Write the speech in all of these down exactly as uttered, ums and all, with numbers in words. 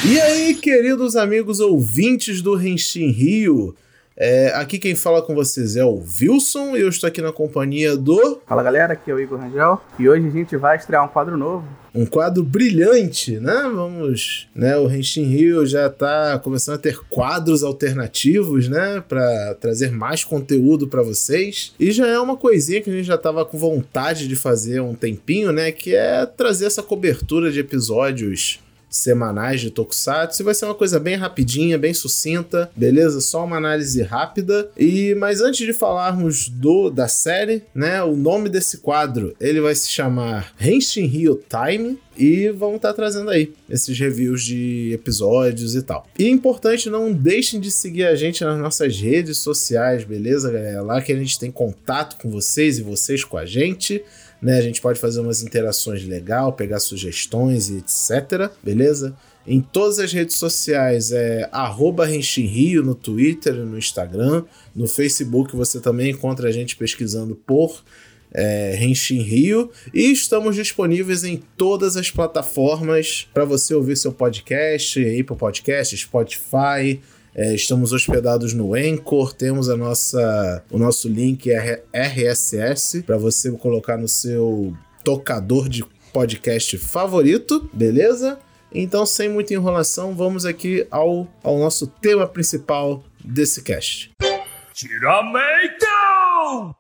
E aí, queridos amigos ouvintes do Henshin Rio, é, aqui quem fala com vocês é o Wilson e eu estou aqui na companhia do... Fala galera, aqui é o Igor Rangel e hoje a gente vai estrear um quadro novo. Um quadro brilhante, né? Vamos, né? O Henshin Rio já está começando a ter quadros alternativos, né? Para trazer mais conteúdo para vocês. E já é uma coisinha que a gente já estava com vontade de fazer há um tempinho, né? Que é trazer essa cobertura de episódios semanais de Tokusatsu. Vai ser uma coisa bem rapidinha, bem sucinta, beleza? Só uma análise rápida. E mas antes de falarmos do da série, né? O nome desse quadro, ele vai se chamar Henshin Rio Time. E vamos estar trazendo aí esses reviews de episódios e tal. E é importante, não deixem de seguir a gente nas nossas redes sociais, beleza, galera? Lá que a gente tem contato com vocês e vocês com a gente, né? A gente pode fazer umas interações legais, pegar sugestões e etcétera, beleza? Em todas as redes sociais é arroba Henshin Rio no Twitter e no Instagram. No Facebook você também encontra a gente pesquisando por É, Henshin Rio, e estamos disponíveis em todas as plataformas para você ouvir seu podcast, Apple Podcast, Spotify. É, estamos hospedados no Anchor, temos a nossa, o nosso link R S S para você colocar no seu tocador de podcast favorito, beleza? Então, sem muita enrolação, vamos aqui ao, ao nosso tema principal desse cast. Tirameito!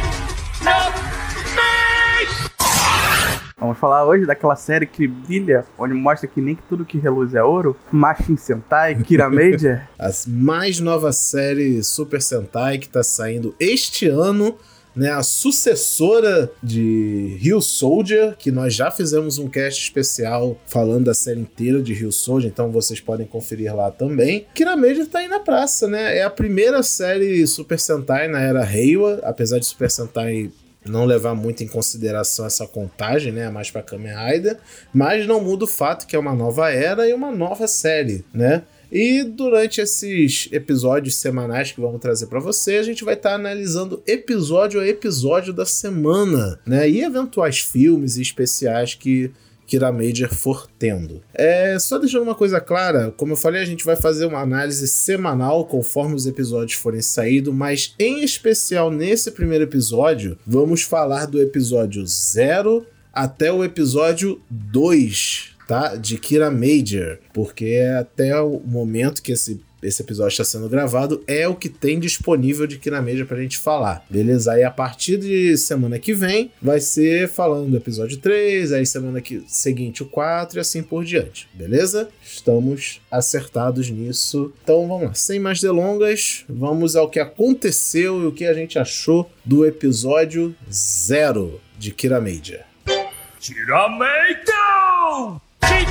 Vamos falar hoje daquela série que brilha, onde mostra que nem que tudo que reluz é ouro. Machin Sentai, Kira Major. A mais nova série Super Sentai que tá saindo este ano, né? A sucessora de Ryusoulger, que nós já fizemos um cast especial falando da série inteira de Ryusoulger, então vocês podem conferir lá também. Kira Major tá aí na praça, né? É a primeira série Super Sentai na era Reiwa, apesar de Super Sentai não levar muito em consideração essa contagem, né? Mais pra Kamen Rider, mas não muda o fato que é uma nova era e uma nova série, né? E durante esses episódios semanais que vamos trazer para você, a gente vai estar tá analisando episódio a episódio da semana, né? E eventuais filmes e especiais que Kira Major for tendo. É, só deixando uma coisa clara, como eu falei, a gente vai fazer uma análise semanal conforme os episódios forem saindo, mas em especial nesse primeiro episódio, vamos falar do episódio zero até o episódio dois, tá? De Kira Major, porque até o momento que esse esse episódio está sendo gravado, é o que tem disponível de Kira Major pra gente falar, beleza? Aí a partir de semana que vem, vai ser falando do episódio três, aí semana que, seguinte o quatro e assim por diante, beleza? Estamos acertados nisso. Então vamos lá, sem mais delongas, vamos ao que aconteceu e o que a gente achou do episódio zero de Kira Major. Tirameito!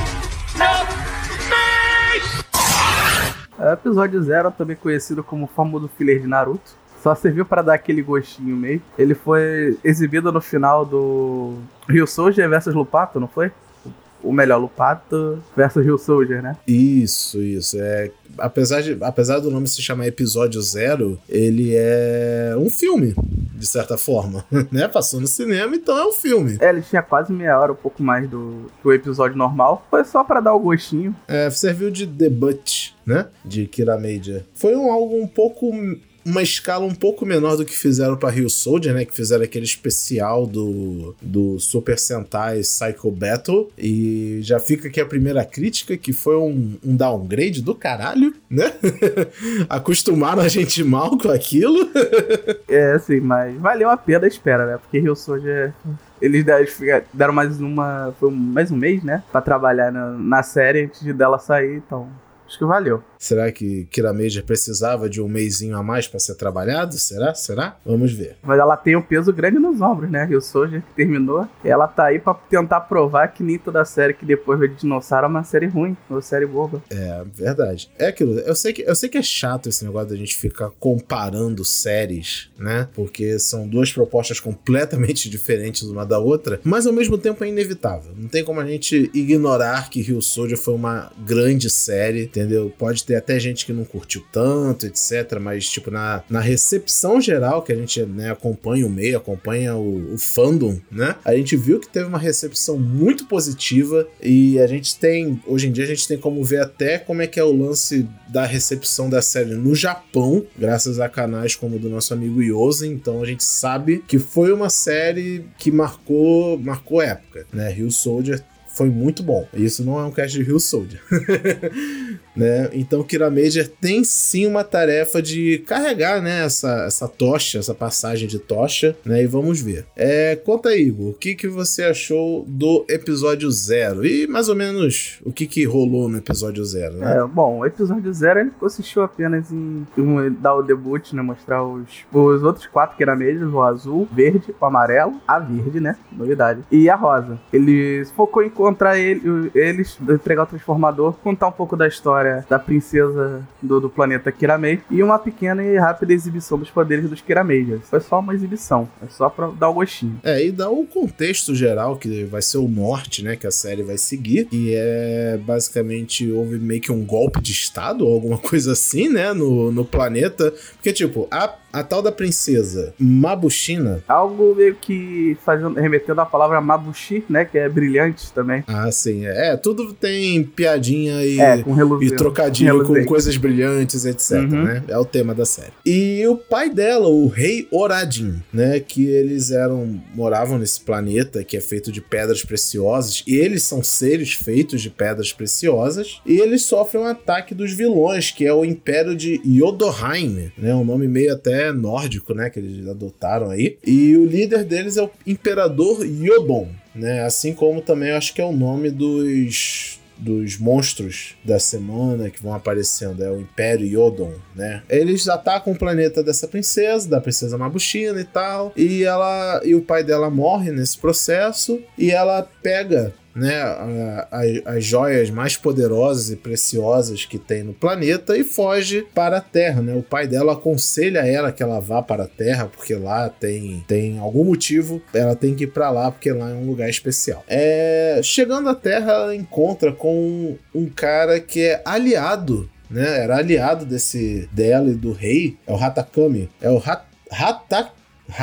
É, episódio zero, também conhecido como o famoso filler de Naruto. Só serviu para dar aquele gostinho meio. Ele foi exibido no final do Ryusoulger versus Lupato, não foi? O melhor, Lupato versus Ryusoulger, né? Isso, isso. É, apesar, de, apesar do nome se chamar Episódio Zero, ele é um filme, de certa forma, né? Passou no cinema, então é um filme. É, ele tinha quase meia hora, um pouco mais do que o episódio normal. Foi só pra dar o gostinho. É, serviu de debut, né? De Kira Major. Foi um, algo um pouco... uma escala um pouco menor do que fizeram pra Ryusoulger, né? Que fizeram aquele especial do, do Super Sentai Psycho Battle. E já fica aqui a primeira crítica, que foi um, um downgrade do caralho, né? Acostumaram a gente mal com aquilo. É, sim, mas valeu a pena a espera, né? Porque Ryusoulger... Eles deram mais uma... Foi mais um mês, né? Pra trabalhar na, na série antes de dela sair, então... Acho que valeu. Será que Kira Major precisava de um mesinho a mais pra ser trabalhado? Será? Será? Vamos ver. Mas ela tem um peso grande nos ombros, né? Ryusoulger que terminou. E ela tá aí pra tentar provar que nem toda série que depois veio de Dinossauro é uma série ruim, uma série boba. É, verdade. É aquilo. Eu sei que, eu sei que é chato esse negócio da gente ficar comparando séries, né? Porque são duas propostas completamente diferentes uma da outra, mas ao mesmo tempo é inevitável. Não tem como a gente ignorar que Ryusoulger foi uma grande série, entendeu? Pode ter até gente que não curtiu tanto, etc, mas, tipo, na, na recepção geral, que a gente, né, acompanha o meio, acompanha o, o fandom, né, a gente viu que teve uma recepção muito positiva e a gente tem, hoje em dia, a gente tem como ver até como é que é o lance da recepção da série no Japão, graças a canais como o do nosso amigo Yosen, então a gente sabe que foi uma série que marcou, marcou época, né, Rio Soldier foi muito bom. Isso não é um cast de Rio Soldier. Né? Então Kira Major tem sim uma tarefa de carregar, né, essa, essa tocha, essa passagem de tocha, né, e vamos ver. É, conta aí, Igor, o que, que você achou do episódio zero? E mais ou menos o que, que rolou no episódio zero, né? É, bom, o episódio zero ele consistiu apenas em, em dar o debut, né, mostrar os, os outros quatro Kira Majors, o azul, verde, o amarelo, a verde, né, novidade, e a rosa. Ele focou em encontrar ele, eles, entregar o transformador, contar um pouco da história da princesa do, do planeta Kira Major e uma pequena e rápida exibição dos poderes dos Kira Majors. Foi só uma exibição, é só pra dar o gostinho. É, e dá o contexto geral, que vai ser o norte, né, que a série vai seguir, e é basicamente, houve meio que um golpe de estado, ou alguma coisa assim, né, no, no planeta, porque tipo, a A tal da princesa Mabushina... Algo meio que fazendo, remetendo à palavra Mabushi, né? Que é brilhante também. Ah, sim. É, tudo tem piadinha e, é, com e trocadilho com coisas brilhantes, etc, uhum. né? É o tema da série. E o pai dela, o rei Oradin, né? Que eles eram... moravam nesse planeta que é feito de pedras preciosas. E eles são seres feitos de pedras preciosas. E eles sofrem um ataque dos vilões, que é o Império de Yodoheim, né? Um nome meio até nórdico, né, que eles adotaram aí. E o líder deles é o Imperador Yodon, né, assim como também eu acho que é o nome dos... dos monstros da semana que vão aparecendo, é o Império Yodon, né? Eles atacam o planeta dessa princesa, da princesa Mabushina e tal, e ela e o pai dela morre nesse processo, e ela pega, né, a, a, as joias mais poderosas e preciosas que tem no planeta e foge para a Terra, né? O pai dela aconselha ela que ela vá para a Terra, porque lá tem, tem algum motivo, ela tem que ir para lá, porque lá é um lugar especial. É, chegando à Terra, ela encontra com um cara que é aliado, né? Era aliado desse dela e do rei, é o Hatakami, é o Hat, Hatak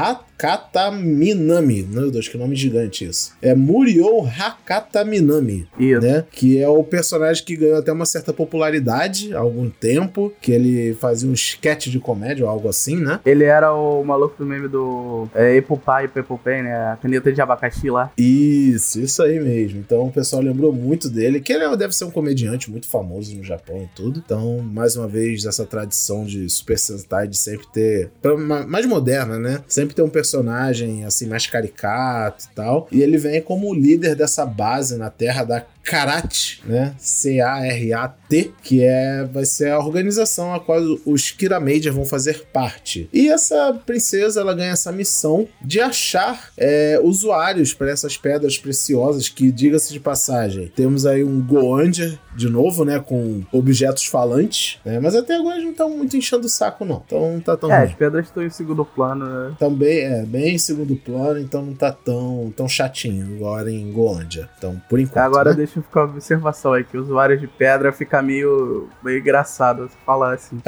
Hakataminami, meu Deus, que nome gigante isso. É Muriou Hakataminami, isso. Né? Que é o personagem que ganhou até uma certa popularidade há algum tempo, que ele fazia um sketch de comédia ou algo assim, né? Ele era o maluco do meme do é, Apple Pie, Apple Pie, né? A caneta de abacaxi lá. Isso, isso aí mesmo. Então o pessoal lembrou muito dele, que ele deve ser um comediante muito famoso no Japão e tudo. Então, mais uma vez, essa tradição de Super Sentai de sempre ter, mais moderna, né? Sempre tem um personagem assim mais caricato e tal, e ele vem como líder dessa base na Terra da Karat, né? C A R A T, que é, vai ser a organização a qual os Kira Major vão fazer parte. E essa princesa, ela ganha essa missão de achar é, usuários para essas pedras preciosas, que, diga-se de passagem, temos aí um Goanger, de novo, né? Com objetos falantes, né? Mas até agora eles não estão muito enchendo o saco, não. Então não tá tão É, ruim. as pedras estão em segundo plano, né? Também é bem em segundo plano, então não tá tão, tão chatinho agora em Goanger. Então, por enquanto, agora né? deixa eu ficar uma observação aí, que o usuário de pedra fica meio, meio engraçado você falar assim.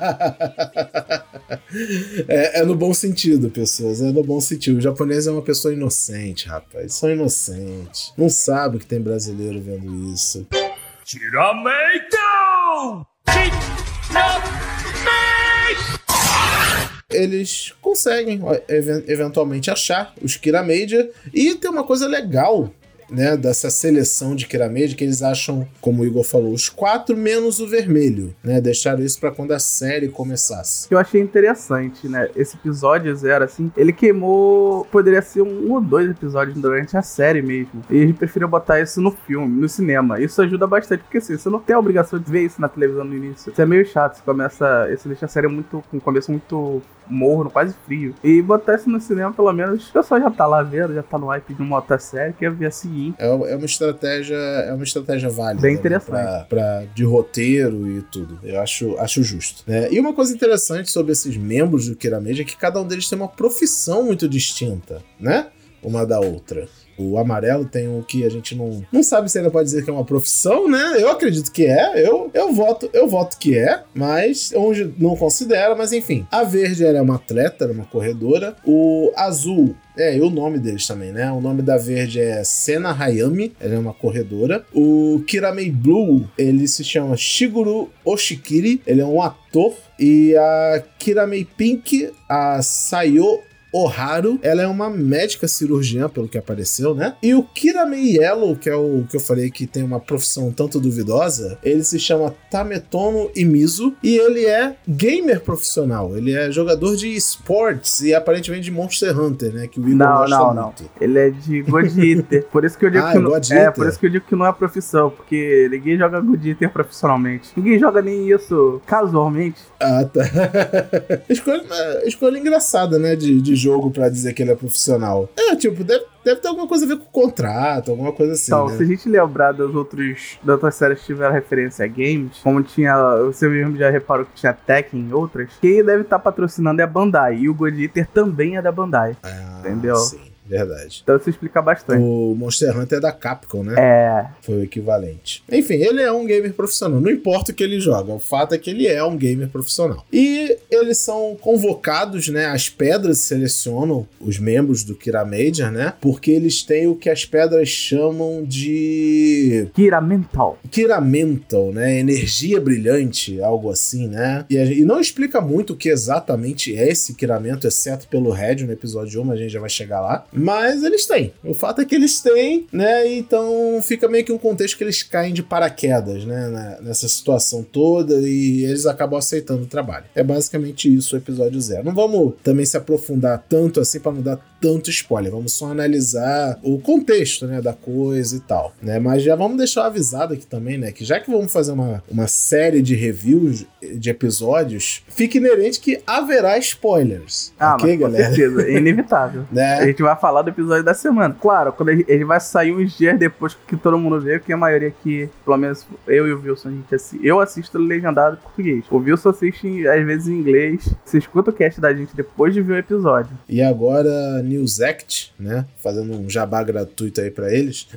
é, é no bom sentido, pessoas, é no bom sentido. O japonês é uma pessoa inocente, rapaz. São inocentes. Não sabe que tem brasileiro vendo isso. Tirameito! Eles conseguem eventualmente achar os Kira Major, e tem uma coisa legal, né, dessa seleção de Kira Major, que eles acham, como o Igor falou, os quatro menos o vermelho, né? Deixaram isso pra quando a série começasse. Eu achei interessante, né? Esse episódio zero, assim, ele queimou... Poderia ser um ou dois episódios durante a série mesmo. E a gente preferiu botar isso no filme, no cinema. Isso ajuda bastante, porque assim, você não tem a obrigação de ver isso na televisão no início. Isso é meio chato, você começa... Você deixa a série muito... com o começo muito... morno, quase frio. E botar isso no cinema, pelo menos, o pessoal já tá lá vendo, já tá no hype de uma outra série, quer ver a seguir. É, é uma estratégia, é uma estratégia válida. Bem interessante. Né, pra, pra, de roteiro e tudo. Eu acho, acho justo. Né? E uma coisa interessante sobre esses membros do Kira Major é que cada um deles tem uma profissão muito distinta, né? uma da outra. O amarelo tem o que a gente não, não sabe se ainda pode dizer que é uma profissão, né? Eu acredito que é, eu, eu, voto, eu voto que é, mas onde não considera, mas enfim. A verde ela é uma atleta, ela é uma corredora. O azul, é, e o nome deles também, né? O nome da verde é Sena Hayami, ela é uma corredora. O Kiramei Blue, ele se chama Shigeru Oshikiri, ele é um ator. E a Kiramei Pink, a Sayo Oharu, ela é uma médica cirurgiã, pelo que apareceu, né? E o Kiramei Yellow, que é o que eu falei que tem uma profissão tanto duvidosa, ele se chama Tametono Imizu e ele é gamer profissional. Ele é jogador de esportes e aparentemente de Monster Hunter, né? Que o Igor não, gosta não, muito. Não. Ele é de God Eater. Por isso que eu digo ah, que não é, por isso que eu digo que não é profissão, porque ninguém joga God Eater profissionalmente. Ninguém joga nem isso casualmente. Ah, tá. escolha, escolha engraçada, né? De, de jogo pra dizer que ele é profissional. É, tipo, deve, deve ter alguma coisa a ver com o contrato, alguma coisa assim, então, né? Se a gente lembrar das, outros, das outras séries que tiveram referência a games, como tinha, você mesmo já reparou que tinha Tekken e outras, quem deve estar patrocinando é a Bandai, e o God Eater também é da Bandai, ah, entendeu? Sim. Verdade. Então isso explica bastante. O Monster Hunter é da Capcom, né? É. Foi o equivalente. Enfim, ele é um gamer profissional. Não importa o que ele joga, o fato é que ele é um gamer profissional. E eles são convocados, né? As pedras selecionam os membros do Kira Major, né? Porque eles têm o que as pedras chamam de... Kira Mental. Kira Mental, né? Energia brilhante, algo assim, né? E, a, e não explica muito o que exatamente é esse Kira Mental, exceto pelo Red no episódio um, mas a gente já vai chegar lá. Mas eles têm. O fato é que eles têm, né? Então fica meio que um contexto que eles caem de paraquedas, né? Nessa situação toda e eles acabam aceitando o trabalho. É basicamente isso o episódio zero. Não vamos também se aprofundar tanto assim para não dar tanto spoiler. Vamos só analisar o contexto, né? Da coisa e tal, né? Mas já vamos deixar avisado aqui também, né? Que já que vamos fazer uma, uma série de reviews de episódios, fica inerente que haverá spoilers. Ah, ok, mas com galera? certeza. É inevitável. Né? A gente vai falar do episódio da semana. Claro, quando ele, ele vai sair uns dias depois que todo mundo vê, que a maioria aqui, pelo menos eu e o Wilson, a gente assi- eu assisto legendado em português. O Wilson assiste às vezes em inglês. Você escuta o cast da gente depois de ver o episódio. E agora, News Act, né? Fazendo um jabá gratuito aí pra eles.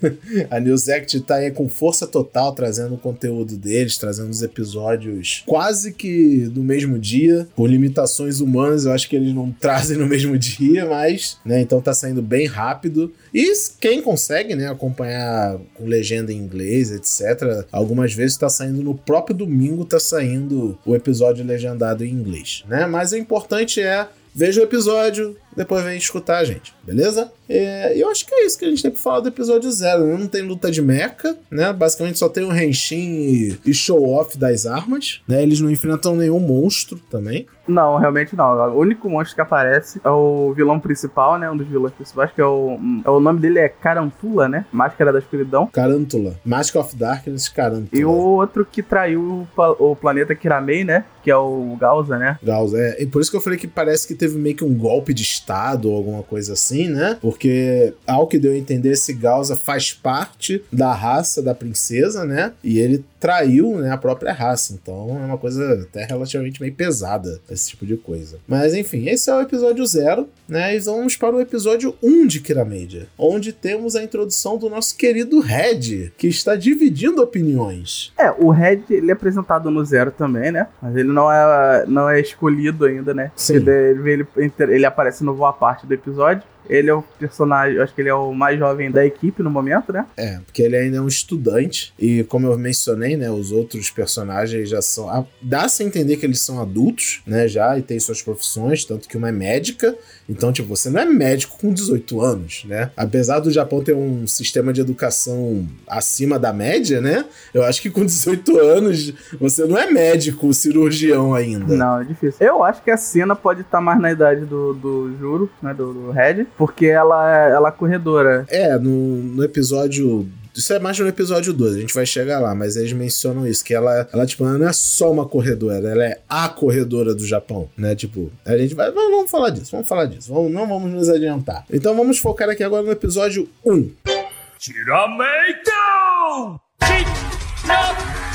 A News Act tá aí com força total, trazendo o conteúdo deles, trazendo os episódios quase que no mesmo dia. Por limitações humanas, eu acho que eles não trazem no mesmo dia, mas, né? Então tá saindo bem rápido. E quem consegue, né, acompanhar com legenda em inglês, etcétera, algumas vezes tá saindo no próprio domingo, tá saindo o episódio legendado em inglês, né? Mas o importante é veja o episódio, depois vem escutar a gente, beleza? E eu acho que é isso que a gente tem pra falar do episódio zero. Não tem luta de mecha, né? Basicamente só tem o Henshin e, e show-off das armas, né? Eles não enfrentam nenhum monstro também. Não, realmente não. O único monstro que aparece é o vilão principal, né? Um dos vilões principais, que é o... É o nome dele é Carantula, né? Máscara da Escuridão. Carantula. Mask of Darkness, Carantula. E o outro que traiu o, o planeta Kiramei, né? Que é o Gauza, né? Gauza, é. E por isso que eu falei que parece que teve meio que um golpe de estado ou alguma coisa assim, né? Porque, ao que deu a entender, esse Gauza faz parte da raça da princesa, né? E ele traiu, né, a própria raça. Então é uma coisa até relativamente meio pesada, esse tipo de coisa. Mas enfim, esse é o episódio zero, né? E vamos para o episódio um de Kira Major, onde temos a introdução do nosso querido Red, que está dividindo opiniões. É, o Red, ele é apresentado no zero também, né? Mas ele não é, não é escolhido ainda, né? Sim. Ele, ele, ele aparece no boa parte do episódio. Ele é o personagem, eu acho que ele é o mais jovem da equipe no momento, né? É, porque ele ainda é um estudante e, como eu mencionei, né, os outros personagens já são... Dá-se a entender que eles são adultos, né, já, e têm suas profissões, tanto que uma é médica. Então, tipo, você não é médico com dezoito anos, né? Apesar do Japão ter um sistema de educação acima da média, né? Eu acho que com dezoito anos você não é médico, cirurgião ainda. Não, é difícil. Eu acho que a Sena pode estar mais na idade do, do Juro, né, do, do Red, porque ela, ela é corredora. É, no, no episódio... Isso é mais no episódio dois, a gente vai chegar lá, mas eles mencionam isso, que ela, ela, tipo, ela não é só uma corredora, ela é a corredora do Japão, né? Tipo, a gente vai... Vamos, vamos falar disso, vamos falar disso, vamos, não vamos nos adiantar. Então vamos focar aqui agora no episódio um.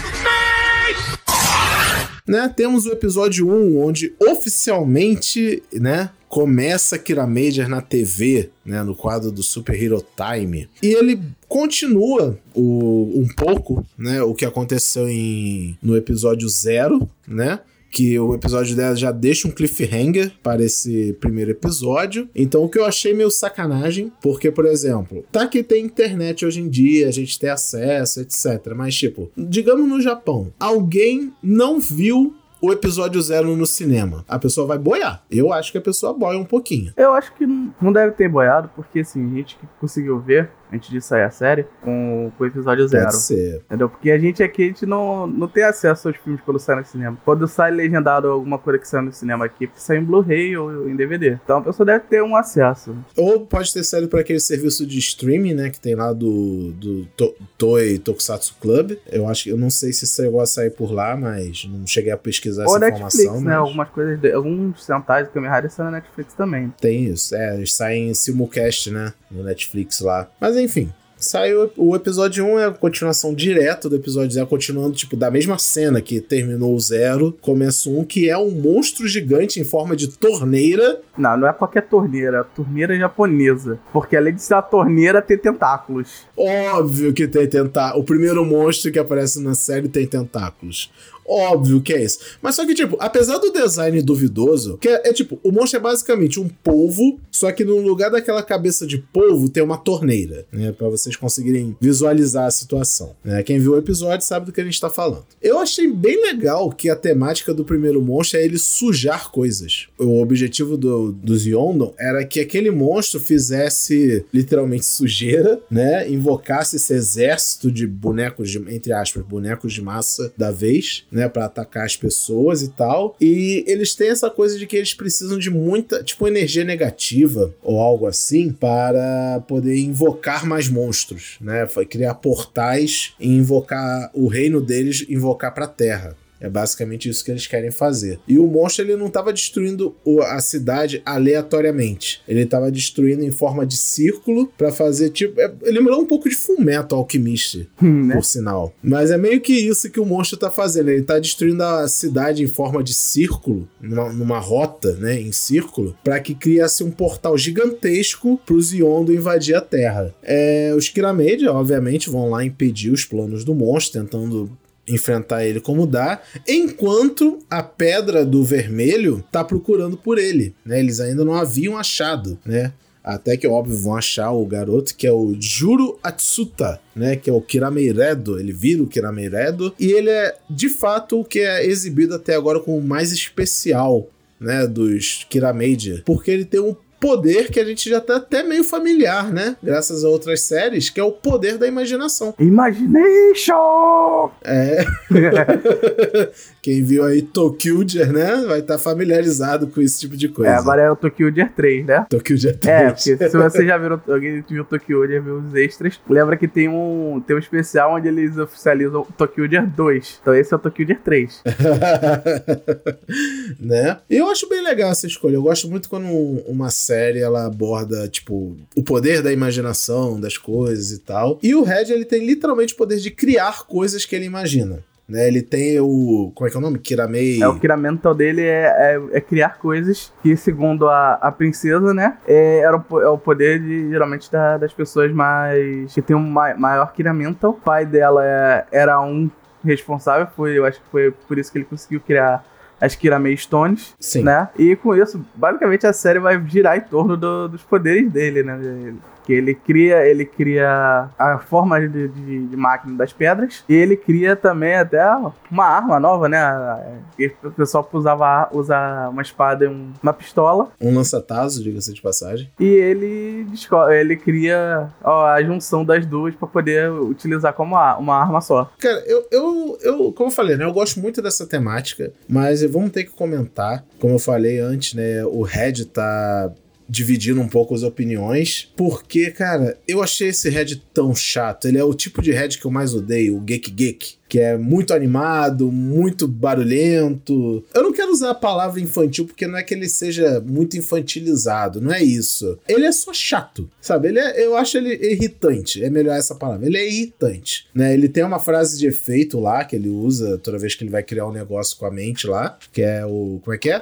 Né, temos o episódio um, onde oficialmente, né, começa Kira Major na T V, né, no quadro do Super Hero Time, e ele continua o, um pouco, né, o que aconteceu em, no episódio zero, né, que o episódio dela já deixa um cliffhanger para esse primeiro episódio. Então, o que eu achei meio sacanagem, porque, por exemplo, tá que tem internet hoje em dia, a gente tem acesso, etcétera. Mas, tipo, digamos no Japão, alguém não viu o episódio zero no cinema. A pessoa vai boiar. Eu acho que a pessoa boia um pouquinho. Eu acho que não deve ter boiado, porque, assim, a gente que conseguiu ver, antes de sair a série, com, com o episódio zero. Pode ser. Entendeu? Porque a gente aqui, a gente não, não tem acesso aos filmes quando sai no cinema. Quando sai legendado alguma coisa que sai no cinema aqui, sai em Blu-ray ou em D V D. Então a pessoa deve ter um acesso. Ou pode ter saído por aquele serviço de streaming, né, que tem lá do, do to, Toei Tokusatsu Club. Eu acho que, eu não sei se chegou a sair por lá, mas não cheguei a pesquisar ou essa Netflix, informação. Né? Mas... Algumas coisas, de, alguns Sentais e Kamen Rider saem na Netflix também. Tem isso, é, eles saem em simulcast, né, no Netflix lá. Mas enfim, saiu o episódio um, é a continuação direta do episódio zero, continuando, tipo, da mesma cena que terminou o zero, começa um, que é um monstro gigante em forma de torneira. Não, não é qualquer torneira, é a torneira japonesa. Porque além de ser a torneira, tem tentáculos. Óbvio que tem tentáculos. O primeiro monstro que aparece na série tem tentáculos. Óbvio que é isso. Mas só que, tipo, apesar do design duvidoso, que é, é tipo, o monstro é basicamente um polvo, só que no lugar daquela cabeça de polvo tem uma torneira, né? Pra vocês conseguirem visualizar a situação, né? Quem viu o episódio sabe do que a gente tá falando. Eu achei bem legal que a temática do primeiro monstro é ele sujar coisas. O objetivo do, dos Yondon era que aquele monstro fizesse literalmente sujeira, né? Invocasse esse exército de bonecos, de, entre aspas, bonecos de massa da vez, né, pra atacar as pessoas e tal, e eles têm essa coisa de que eles precisam de muita, tipo, energia negativa ou algo assim, para poder invocar mais monstros, né, foi criar portais e invocar o reino deles, invocar pra Terra. É basicamente isso que eles querem fazer. E o monstro, ele não estava destruindo a cidade aleatoriamente. Ele estava destruindo em forma de círculo para fazer tipo... É, ele lembrou um pouco de Fullmetal Alchemist, hum, né? Por sinal. Mas é meio que isso que o monstro tá fazendo. Ele tá destruindo a cidade em forma de círculo, numa, numa rota, né, em círculo, para que criasse um portal gigantesco pros Yondon invadir a Terra. É, os Kira Major, obviamente, vão lá impedir os planos do monstro, tentando enfrentar ele como dá, enquanto a Pedra do Vermelho tá procurando por ele, né? Eles ainda não haviam achado, né? Até que, óbvio, vão achar o garoto, que é o Juro Atsuta, né? Que é o Kirameiredo. Ele vira o Kirameiredo. E ele é, de fato, o que é exibido até agora como o mais especial, né? Dos Kira Major. Porque ele tem um poder que a gente já tá até meio familiar, né? Graças a outras séries, que é o poder da imaginação. Imagination! É. Quem viu aí Tokyo-Ger, né? Vai estar tá familiarizado com esse tipo de coisa. É, agora é o Tokyo-Ger três, né? Tokyo-Ger três. É, porque se você já viu, alguém viu Tokyo-Ger, viu os extras, lembra que tem um, tem um especial onde eles oficializam o Tokyo-Ger dois. Então esse é o Tokyo-Ger três. Né? E eu acho bem legal essa escolha. Eu gosto muito quando uma série ela aborda, tipo, o poder da imaginação, das coisas e tal. E o Red, ele tem literalmente o poder de criar coisas que ele imagina. Né, ele tem o... Como é que é o nome? Kiramei... É, o Kiramental dele é, é, é criar coisas que, segundo a, a princesa, né, é, era o, é o poder, de, geralmente, da, das pessoas mais... que tem um ma, maior Kiramental. O pai dela é, era um responsável, foi, eu acho que foi por isso que ele conseguiu criar as Kiramei Stones, Sim. Né? E com isso, basicamente, a série vai girar em torno do, dos poderes dele, né? Que ele cria, ele cria a forma de, de, de máquina das pedras, e ele cria também até uma arma nova, né? O pessoal usava usa uma espada e um, uma pistola. Um lança-tazo, diga-se de passagem. E ele, ele cria ó, a junção das duas para poder utilizar como uma arma só. Cara, eu, eu, eu, como eu falei, né? Eu gosto muito dessa temática, mas vamos ter que comentar. Como eu falei antes, né? O Red tá dividindo um pouco as opiniões, porque, cara, eu achei esse Red tão chato. Ele é o tipo de Red que eu mais odeio, o Geek Geek. que é muito animado, muito barulhento. Eu não quero usar a palavra infantil porque não é que ele seja muito infantilizado, não é isso. Ele é só chato, sabe? Ele é, eu acho ele irritante, é melhor essa palavra. Ele é irritante, né? Ele tem uma frase de efeito lá que ele usa toda vez que ele vai criar um negócio com a mente lá, que é o... como é que é?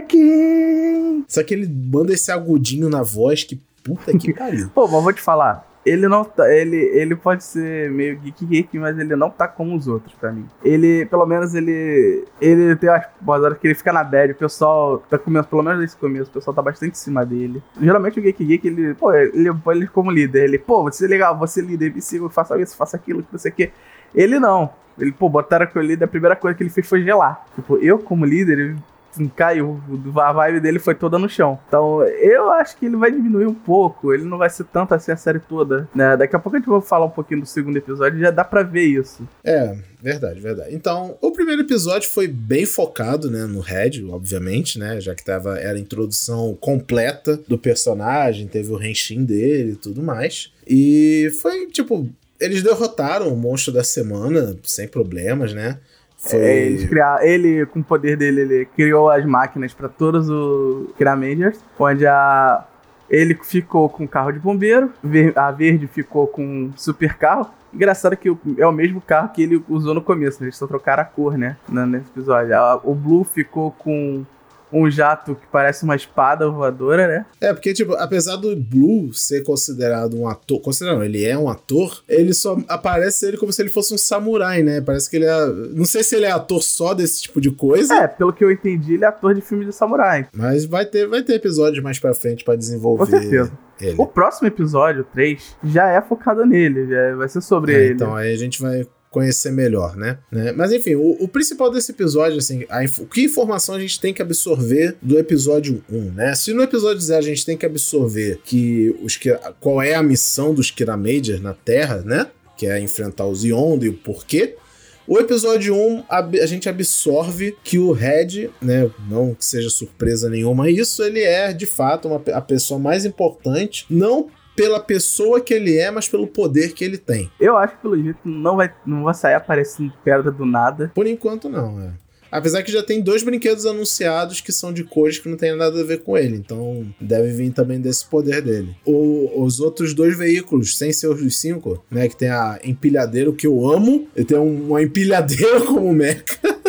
Kirameki! Só que ele manda esse agudinho na voz que puta que pariu. Pô, mas vou te falar, ele não tá, ele, ele pode ser meio geek geek, mas ele não tá como os outros pra mim. Ele, pelo menos ele, ele tem umas horas que ele fica na bad, o pessoal tá começando, pelo menos nesse começo, o pessoal tá bastante em cima dele. Geralmente o geek geek, ele, pô, ele, ele como líder, ele, pô, você é legal, você é líder, me siga, faça isso, faça aquilo, não sei o que. Ele não. Ele, pô, botaram com o líder, a primeira coisa que ele fez foi gelar. Tipo, eu como líder, ele caiu, a vibe dele foi toda no chão. Então, eu acho que ele vai diminuir um pouco, ele não vai ser tanto assim a série toda, né? Daqui a pouco a gente vai falar um pouquinho do segundo episódio, já dá pra ver isso. É, verdade, verdade. Então, o primeiro episódio foi bem focado, né, no Red, obviamente, né, já que tava, era a introdução completa do personagem, teve o Henshin dele e tudo mais. E foi, tipo, eles derrotaram o monstro da semana sem problemas, né? Foi... É, eles criaram, ele, com o poder dele, ele criou as máquinas para todos os Kiramangers, onde a, ele ficou com carro de bombeiro, a Verde ficou com super carro. Engraçado que é o mesmo carro que ele usou no começo, né? Eles só trocaram a cor, né, nesse episódio. A, o Blue ficou com um jato que parece uma espada voadora, né? É, porque, tipo, apesar do Blue ser considerado um ator... Considerado, ele é um ator, ele só aparece ele como se ele fosse um samurai, né? Parece que ele é... Não sei se ele é ator só desse tipo de coisa. É, pelo que eu entendi, ele é ator de filme de samurai. Mas vai ter, vai ter episódios mais pra frente pra desenvolver. Com certeza. Ele. O próximo episódio, três, já é focado nele, já vai ser sobre é, ele. Então, aí a gente vai conhecer melhor, né? né? Mas enfim, o, o principal desse episódio, assim, a inf- que informação a gente tem que absorver do episódio um, né? Se no episódio zero a gente tem que absorver que os, qual é a missão dos Kiramangers na Terra, né? Que é enfrentar os Yondu e o porquê. O episódio um, a, a gente absorve que o Red, né, não que seja surpresa nenhuma isso, ele é, de fato, uma, a pessoa mais importante, não pela pessoa que ele é, mas pelo poder que ele tem. Eu acho que, pelo jeito, não vai, não vai sair aparecendo pedra do nada. Por enquanto, não, é. Apesar que já tem dois brinquedos anunciados que são de cores que não tem nada a ver com ele. Então, deve vir também desse poder dele. O, os outros dois veículos, sem ser os cinco, né? Que tem a empilhadeira, que eu amo. Eu tenho uma empilhadeira como mecha.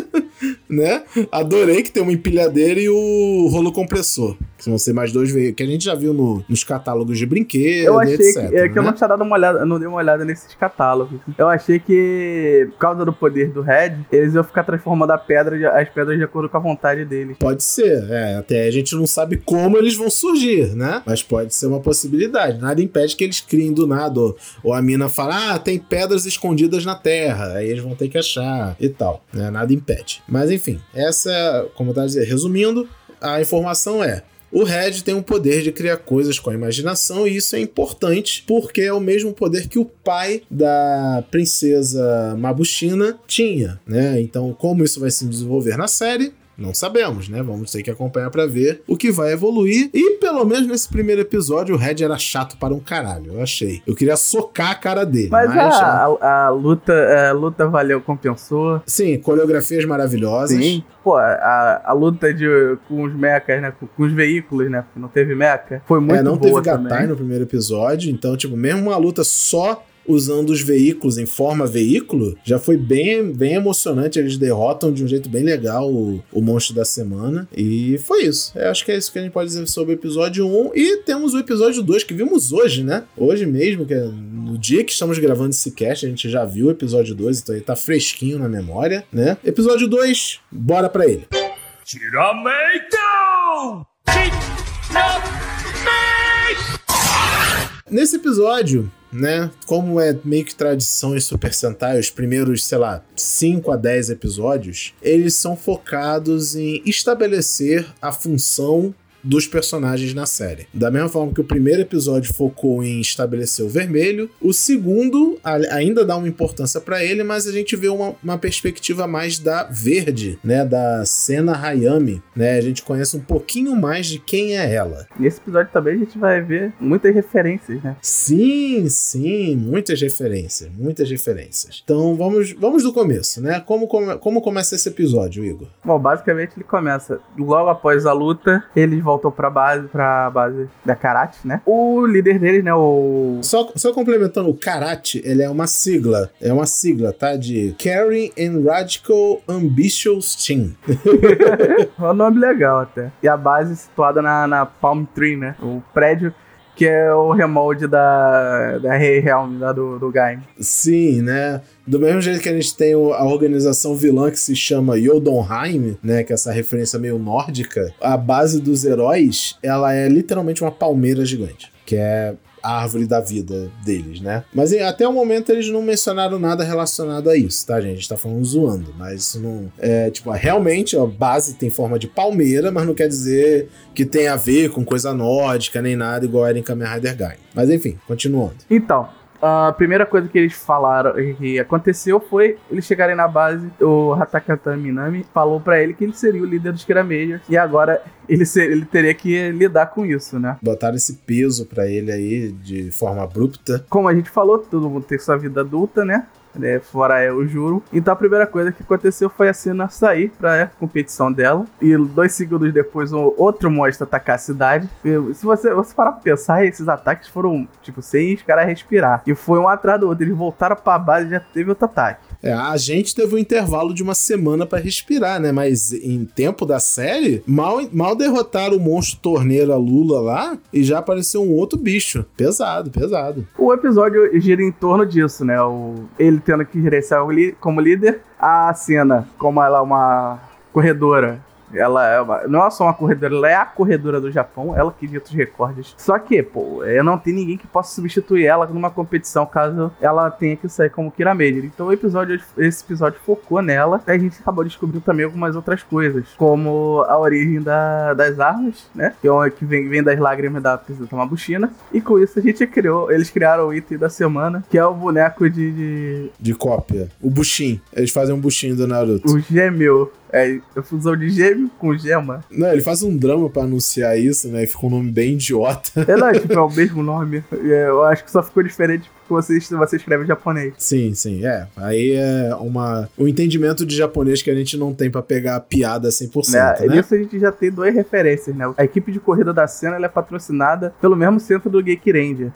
Né? Adorei que tem uma empilhadeira e o rolo compressor. Que vão ser mais dois veículos, que a gente já viu no, nos catálogos de brinquedos, eu achei etcétera. Que, é, que né? eu não tinha dado uma olhada, eu não dei uma olhada nesses catálogos. Eu achei que, por causa do poder do Red, eles iam ficar transformando a pedra, as pedras de acordo com a vontade deles. Pode ser, é. Até a gente não sabe como eles vão surgir, né? Mas pode ser uma possibilidade. Nada impede que eles criem do nada. Ou, ou a mina fala, ah, tem pedras escondidas na terra. Aí eles vão ter que achar e tal. Né? Nada impede. Mas enfim, essa, como eu estava dizendo, resumindo, a informação é: o Red tem o poder de criar coisas com a imaginação, e isso é importante porque é o mesmo poder que o pai da princesa Mabushina tinha, né? Então, como isso vai se desenvolver na série, não sabemos, né? Vamos ter que acompanhar pra ver o que vai evoluir. E pelo menos nesse primeiro episódio o Red era chato para um caralho, eu achei. Eu queria socar a cara dele. Mas, mas a, a, a luta, a luta valeu, compensou. Sim, coreografias maravilhosas. Sim. Pô, a, a luta de, com os mechas, né? Com, com os veículos, né? Porque não teve mecha. Foi muito boa. É, não teve também. Gatai no primeiro episódio. Então, tipo, mesmo uma luta só usando os veículos em forma veículo, já foi bem, bem emocionante. Eles derrotam de um jeito bem legal o, o monstro da semana. E foi isso. Eu acho que é isso que a gente pode dizer sobre o episódio um. E temos o episódio dois, que vimos hoje, né? Hoje mesmo, que é no dia que estamos gravando esse cast, a gente já viu o episódio dois, então ele tá fresquinho na memória, né? Episódio dois, bora pra ele. Nesse episódio, né, como é meio que tradição em Super Sentai, os primeiros, sei lá, cinco a dez episódios, eles são focados em estabelecer a função dos personagens na série. Da mesma forma que o primeiro episódio focou em estabelecer o vermelho, o segundo ainda dá uma importância para ele, mas a gente vê uma, uma perspectiva mais da verde, né, da Sena Hayami, né, a gente conhece um pouquinho mais de quem é ela. Nesse episódio também a gente vai ver muitas referências, né? Sim, sim, muitas referências, muitas referências. Então vamos, vamos do começo, né? Como, como, como começa esse episódio, Igor? Bom, basicamente ele começa logo após a luta, eles voltam pra base, pra base da Karate, né? O líder deles, né, o... Só, só complementando, o Karate, ele é uma sigla, é uma sigla, tá? De Caring and Radical Ambitious Team. É um nome legal até. E a base situada na, na Palm Tree, né? O prédio que é o remolde da, da Rei Helm, lá do, do Gaim. Sim, né? Do mesmo jeito que a gente tem a organização vilã que se chama Jotunheim, né? Que é essa referência meio nórdica. A base dos heróis, ela é literalmente uma palmeira gigante. Que é a árvore da vida deles, né? Mas até o momento eles não mencionaram nada relacionado a isso, tá, gente? A gente tá falando zoando, mas isso não... É, tipo, realmente a base tem forma de palmeira, mas não quer dizer que tem a ver com coisa nórdica, nem nada, igual era em Kamen Rider Gaim. Mas enfim, continuando. Então... A primeira coisa que eles falaram, que aconteceu, foi eles chegarem na base, o Hatakata Minami falou pra ele que ele seria o líder dos Kiramagers, e agora ele, ser, ele teria que lidar com isso, né? Botaram esse peso pra ele aí de forma abrupta. Como a gente falou, todo mundo tem sua vida adulta, né? É, fora é o Juro. Então a primeira coisa que aconteceu foi a Sena sair pra competição dela. E dois segundos depois, um outro monstro atacar a cidade. E, se você, você parar pra pensar, esses ataques foram, tipo, sem os caras respirar. E foi um atrás do outro. Eles voltaram pra base e já teve outro ataque. É, a gente teve um intervalo de uma semana pra respirar, né? Mas em tempo da série, mal, mal derrotaram o monstro torneiro, a Lula lá, e já apareceu um outro bicho. Pesado, pesado. O episódio gira em torno disso, né? O, ele tendo que gerenciar como líder, a Sena, como ela é uma corredora, ela é uma, não é só uma corredora, ela é a corredora do Japão, ela que dita os recordes. Só que, pô, não tem ninguém que possa substituir ela numa competição caso ela tenha que sair como Kiramager. Então o episódio, esse episódio focou nela, e a gente acabou descobrindo também algumas outras coisas, como a origem da, das armas, né? Que, é que vem, vem das lágrimas da Princesa Tamabushina. E com isso a gente criou, eles criaram o item da semana, que é o boneco de... De, de cópia. O Bushin. Eles fazem um Bushin do Naruto. O Gemel. É, a fusão de gêmeo com gema. Não, ele faz um drama pra anunciar isso, né? E ficou um nome bem idiota. É, não, tipo, é o mesmo nome. Eu acho que só ficou diferente porque você, você escreve em japonês. Sim, sim, é. Aí é uma, um entendimento de japonês que a gente não tem pra pegar a piada cem por cento, é, né? Nisso a gente já tem duas referências, né? A equipe de corrida da Sena, ela é patrocinada pelo mesmo centro do Gekirendia.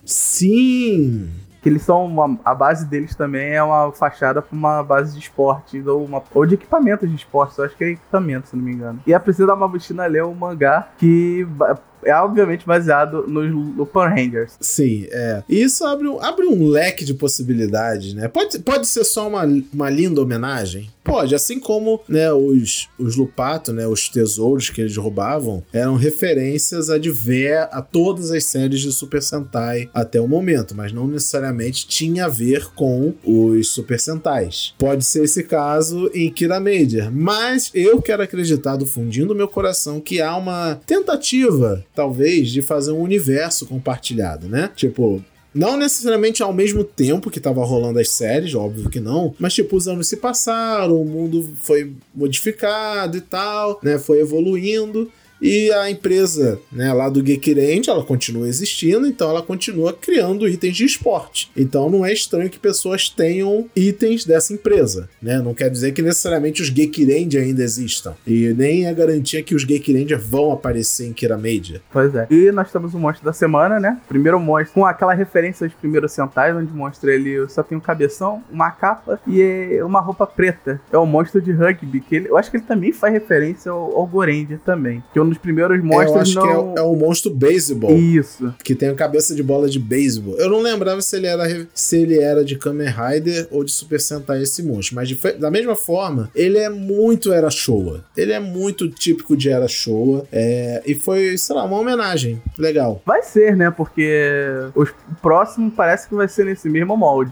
Sim! Que eles são uma, a base deles também é uma fachada para uma base de esportes ou, uma, ou de equipamentos de esportes, eu acho que é equipamento, se não me engano. E a Princesa Tamabushina é um mangá que é obviamente baseado no, no Power Rangers. Sim, é. E isso abre um, abre um leque de possibilidades, né? Pode, pode ser só uma, uma linda homenagem? Pode, assim como, né, os, os Lupato, né, os tesouros que eles roubavam, eram referências a, diver, a todas as séries de Super Sentai até o momento, mas não necessariamente tinha a ver com os Super Sentais. Pode ser esse caso em Kiramager, mas eu quero acreditar do fundinho do meu coração que há uma tentativa, talvez, de fazer um universo compartilhado, né? Tipo... Não necessariamente ao mesmo tempo que tava rolando as séries, óbvio que não, mas tipo, os anos se passaram, o mundo foi modificado e tal, né, foi evoluindo, e a empresa, né, lá do Gekirendia, ela continua existindo, então ela continua criando itens de esporte. Então não é estranho que pessoas tenham itens dessa empresa, né? Não quer dizer que necessariamente os Gekirendia ainda existam. E nem é garantia que os Gekirendia vão aparecer em Kiramager. Pois é. E nós temos o monstro da semana, né? Primeiro monstro com aquela referência dos primeiros Sentais, onde mostra ele só tem um cabeção, uma capa e uma roupa preta. É o monstro de rugby, que ele, eu acho que ele também faz referência ao, ao Gorendia também. Que um dos primeiros monstros eu acho não... que é, é o monstro beisebol. Isso. Que tem a cabeça de bola de beisebol. Eu não lembrava se ele era, se ele era de Kamen Rider ou de Super Sentai esse monstro. Mas de, da mesma forma, ele é muito Era Showa. Ele é muito típico de Era Showa. É, e foi, sei lá, uma homenagem. Legal. Vai ser, né? Porque o próximo parece que vai ser nesse mesmo molde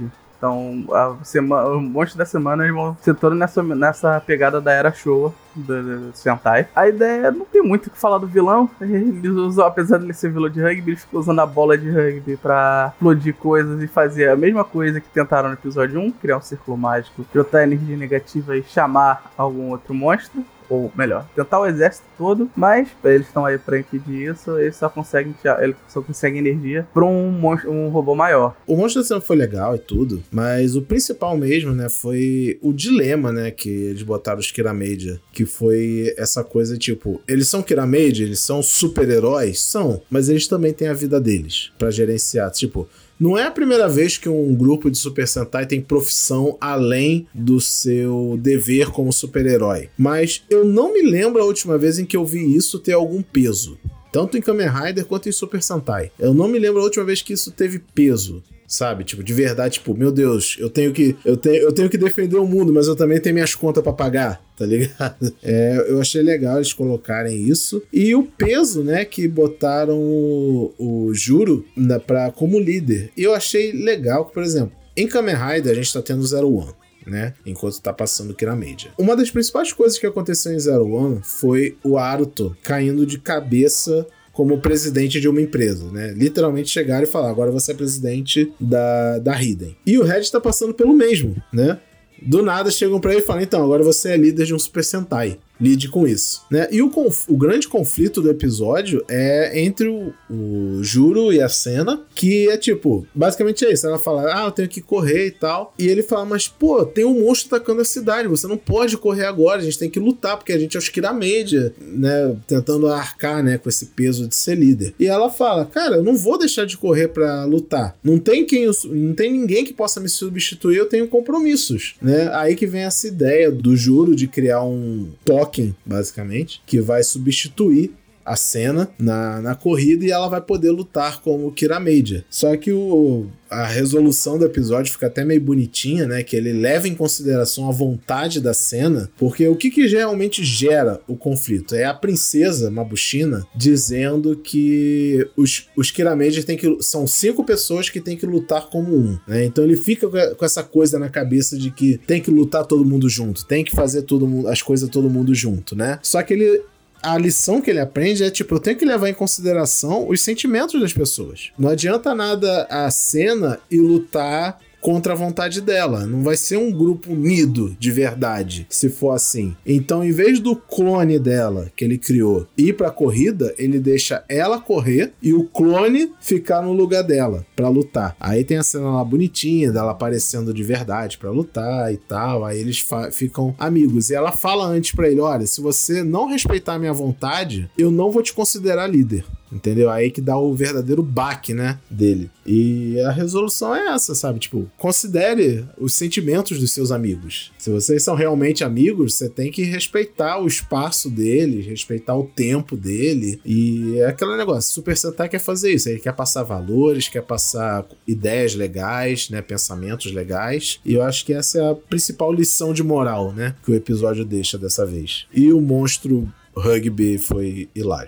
Então, a semana, o monstro da semana eles vão ser todo nessa, nessa pegada da era Showa do, do Sentai. A ideia não tem muito o que falar do vilão. Eles usam, apesar de ele ser vilão de rugby, eles ficam usando a bola de rugby pra explodir coisas e fazer a mesma coisa que tentaram no episódio um, criar um círculo mágico, jotar energia negativa e chamar algum outro monstro. Ou melhor, tentar o exército todo, mas eles estão aí pra impedir isso, eles só conseguem, eles só conseguem energia pra um, monstro, um robô maior. O monstro da semana foi legal e tudo, mas o principal mesmo, né, foi o dilema, né, que eles botaram os Kiramedia, que foi essa coisa tipo, eles são Kiramedia, eles são super-heróis? São, mas eles também têm a vida deles pra gerenciar, tipo... Não é a primeira vez que um grupo de Super Sentai tem profissão além do seu dever como super-herói. Mas eu não me lembro a última vez em que eu vi isso ter algum peso. Tanto em Kamen Rider quanto em Super Sentai. Eu não me lembro a última vez que isso teve peso. Sabe? Tipo, de verdade, tipo, meu Deus, eu tenho que, eu tenho, eu tenho que defender o mundo, mas eu também tenho minhas contas pra pagar, tá ligado? É, eu achei legal eles colocarem isso. E o peso, né, que botaram o, o Juro na, pra, como líder. E eu achei legal que, por exemplo, em Kamen Rider a gente tá tendo Zero One, né? Enquanto tá passando o Kiramedia. Uma das principais coisas que aconteceu em Zero One foi o Aruto caindo de cabeça como presidente de uma empresa, né? Literalmente chegaram e falaram, agora você é presidente da, da Hiden. E o Red tá passando pelo mesmo, né? Do nada chegam pra ele e falam, então, agora você é líder de um Super Sentai. Lide com isso, né? E o, conf- o grande conflito do episódio é entre o, o Juro e a Senna, que é tipo, basicamente é isso. Ela fala, ah, eu tenho que correr e tal. E ele fala, mas pô, tem um monstro atacando a cidade, você não pode correr agora, a gente tem que lutar, porque a gente é os Kiramedia, né? Tentando arcar, né, com esse peso de ser líder. E ela fala, cara, eu não vou deixar de correr pra lutar. Não tem quem, eu, não tem ninguém que possa me substituir, eu tenho compromissos, né? Aí que vem essa ideia do Juro de criar um toque, basicamente, que vai substituir a Senna na, na corrida e ela vai poder lutar como Kiramedia. Só que o, a resolução do episódio fica até meio bonitinha, né? Que ele leva em consideração a vontade da Senna, porque o que, que realmente gera o conflito? É a princesa Mabushina dizendo que os, os Kiramedia tem que, são cinco pessoas que tem que lutar como um, né? Então ele fica com essa coisa na cabeça de que tem que lutar todo mundo junto, tem que fazer todo mundo, as coisas todo mundo junto, né? Só que ele a lição que ele aprende é, tipo, eu tenho que levar em consideração os sentimentos das pessoas. Não adianta nada a Senna e lutar contra a vontade dela. Não vai ser um grupo unido de verdade, se for assim. Então, em vez do clone dela, que ele criou, ir pra corrida, ele deixa ela correr e o clone ficar no lugar dela pra lutar. Aí tem a cena lá bonitinha dela aparecendo de verdade pra lutar e tal. Aí eles ficam amigos. E ela fala antes pra ele, olha, se você não respeitar a minha vontade, eu não vou te considerar líder. Entendeu? Aí que dá o verdadeiro baque, né, dele. E a resolução é essa, sabe? Tipo, considere os sentimentos dos seus amigos. Se vocês são realmente amigos, você tem que respeitar o espaço deles, respeitar o tempo dele. E é aquele negócio, Super Sentai quer fazer isso. Ele quer passar valores, quer passar ideias legais, né, pensamentos legais. E eu acho que essa é a principal lição de moral, né, que o episódio deixa dessa vez. E o monstro rugby foi hilário.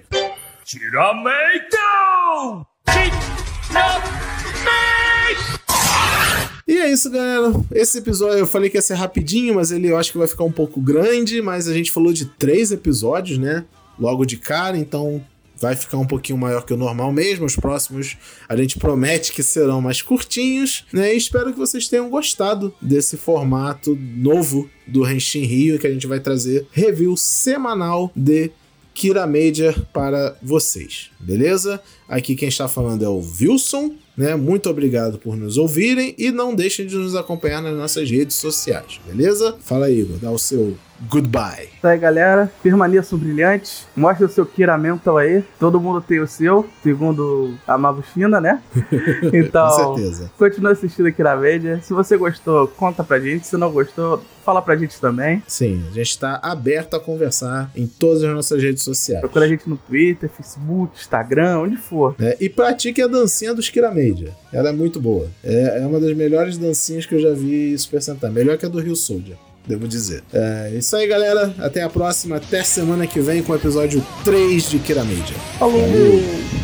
Kiramedia! E é isso, galera. Esse episódio eu falei que ia ser rapidinho, mas ele eu acho que vai ficar um pouco grande, mas a gente falou de três episódios, né? Logo de cara, então vai ficar um pouquinho maior que o normal mesmo. Os próximos a gente promete que serão mais curtinhos, né? E espero que vocês tenham gostado desse formato novo do Henshin Rio, que a gente vai trazer review semanal de Kiramedia para vocês, beleza? Aqui quem está falando é o Wilson, né? Muito obrigado por nos ouvirem e não deixem de nos acompanhar nas nossas redes sociais, beleza? Fala aí, Igor, dá o seu goodbye. Isso aí, galera. Permaneçam brilhantes. Mostre o seu Kira Mental aí. Todo mundo tem o seu, segundo a Mabushina, né? Então, com certeza. Continue assistindo a Kiramedia. Se você gostou, conta pra gente. Se não gostou, fala pra gente também. Sim, a gente tá aberto a conversar em todas as nossas redes sociais. Procura a gente no Twitter, Facebook, Instagram, onde for. É, e pratique a dancinha dos Kiramedia. Ela é muito boa. É, é uma das melhores dancinhas que eu já vi em Super Sentai. Melhor que a do Rio Soldier, devo dizer. É isso aí, galera. Até a próxima. Até semana que vem com o episódio três de Kiramedia. Falou! Valeu.